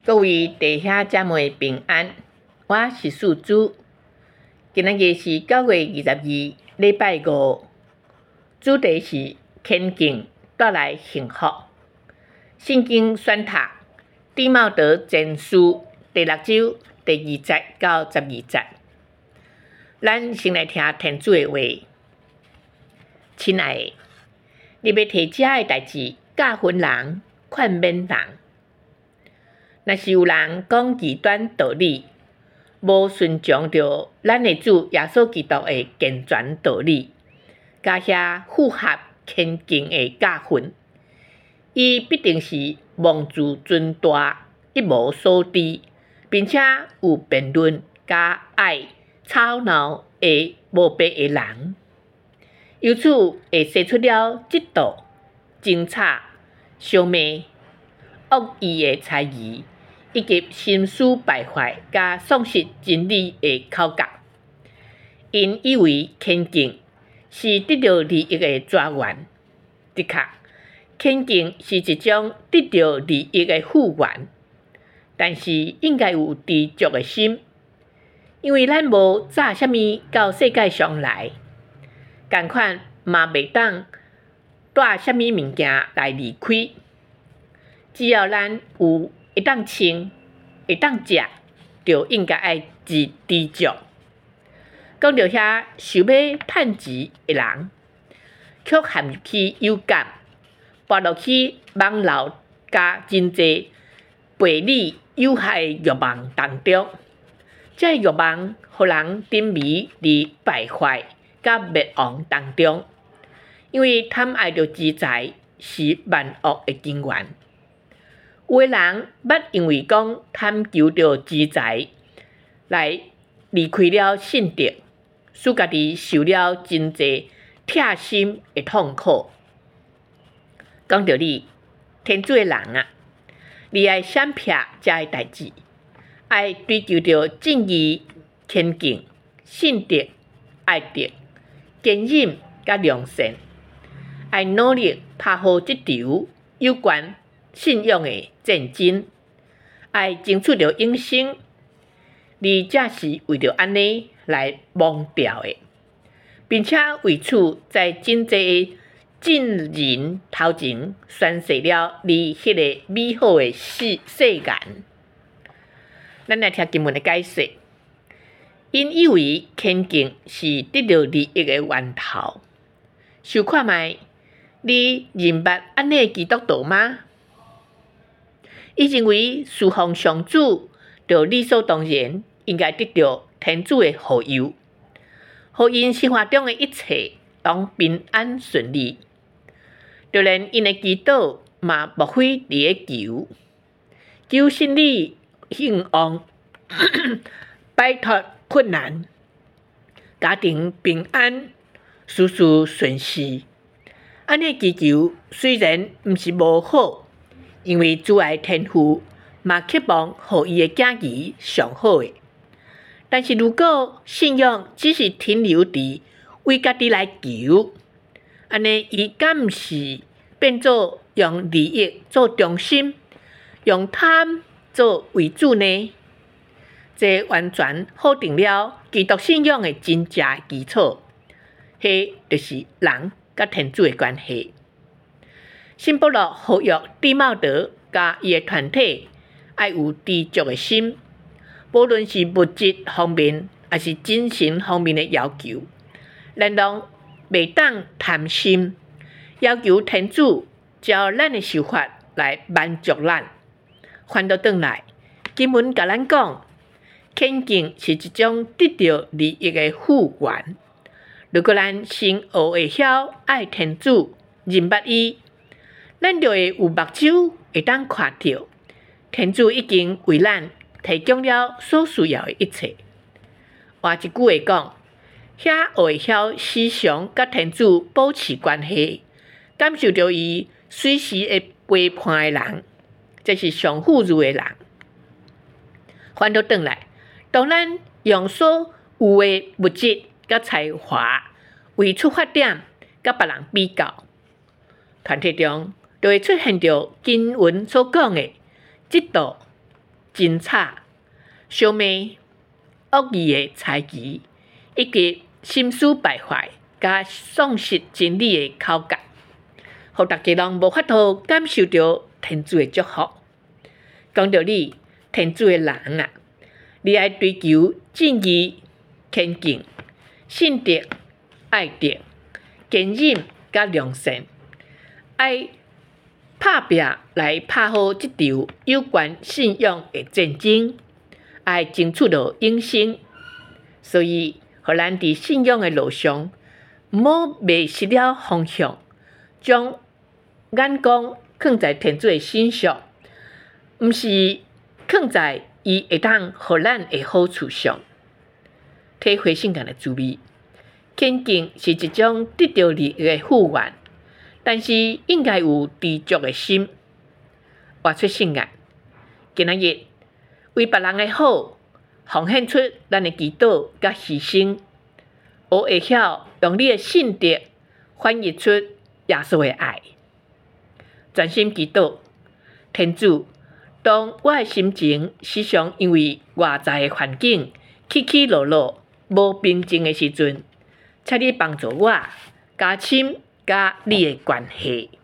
各位弟兄姐妹平安，我是素珠。今仔日是9月22，礼拜5，主题是虔敬带来幸福。圣经选读弟茂德前书第6章第2节到12节。咱先来听天主的话。亲爱的，你要提遮的代志教训人，劝勉人。若是有人讲极端道理，无顺从着咱的主耶稣基督的健全道理，加遐符合虔敬的教训，伊必定是妄自尊大、一无所知，并且有辩论加爱吵闹的无白的人，由此会生出了嫉妒、争吵、相骂、恶意的猜疑，以及心思败坏加丧失真理的口角。因以为虔敬是得到利益的泉源，的确，虔敬是一种得到利益的富源，但是应该有知足的心，因为咱无早啥物到世界上来，同款嘛袂当带啥物物件来离开。只要咱有会当穿、会当食，就应该爱知足。讲到遐想要趁钱的人，却陷入去有感，跌落去网络加真侪悖理有害的欲望当中。这欲望互人沉迷伫败坏甲灭亡当中，因为贪爱着钱财是万恶的根源。有的人捌因为讲贪求着钱财，来离开了信德，使家己受了真侪痛心的痛苦。讲到你，天主的人啊，你爱闪避这个代志，爱追求着正义、虔敬、信德、爱德、坚忍甲良善，爱努力拍好这场有关信仰的战争，爱争取着永生。你正是为着安尼来忘掉的，并且为此在真侪众人头前宣誓了你迄个美好的誓言。咱来听经文的解释。因以为虔敬是得到利益的源头，想看卖，你认捌安尼基督徒吗？伊认为侍奉上主就理所当然应该得到天主的护佑，互因生活中的一切拢平安顺利。就连因的祈祷嘛，莫非伫咧求心理兴旺，摆脱困难，家庭平安，事事顺遂。安尼祈求虽然毋是无好，因为主爱天父嘛渴望互伊的囝儿上好的。但是如果信仰只是停留伫为家己来求，安尼伊敢毋是变做用利益做中心，用贪做为主呢？这完全否定了基督信仰的真正基础，迄就是人甲天主的关系。圣保罗呼吁弟茂德甲伊的团体爱有知足的心，无论是物质方面还是精神方面的要求，咱拢袂当贪心，要求天主照咱的想法来满足咱。翻倒转来，经文甲咱讲，虔敬是一种得到利益的富源。如果咱先学会晓爱天主，认捌伊，咱就会有目睭会当看到，天主已经为咱提供了所需要的一切。换一句话讲，遐学会晓时常甲天主保持关系，感受着伊随时会陪伴的人，这是上富裕的人。翻倒转来，当咱用所有的物质甲才华为出发点，甲别人比较，团体中就会出现着经文所讲的嫉妒、 侦查、消灭恶意的猜疑，以及心思败坏、甲丧失真理的口角，互大家拢无法度感受到天主的祝福。讲到你，天主的人啊，你爱追求正义、虔敬、信德、爱德、坚忍甲良善，爱拍拼来拍好这场有关信仰的战争，爱争取到永生。所以，互咱伫信仰的路上，毋好迷失了方向，将眼光放在天主的身上，毋是放在伊会当互咱的好处上。体会圣经的滋味，虔敬是一种得到利益的富源，但是应该有知足的心。活出圣经，今仔日为别人的好，奉献出咱的祈祷甲牺牲，我会晓用你的信德翻译出耶稣的爱。专心祈祷，天主，当我的心情时常因为外在的环境起起落落、无平静的时阵，请你帮助我加深甲你的关系。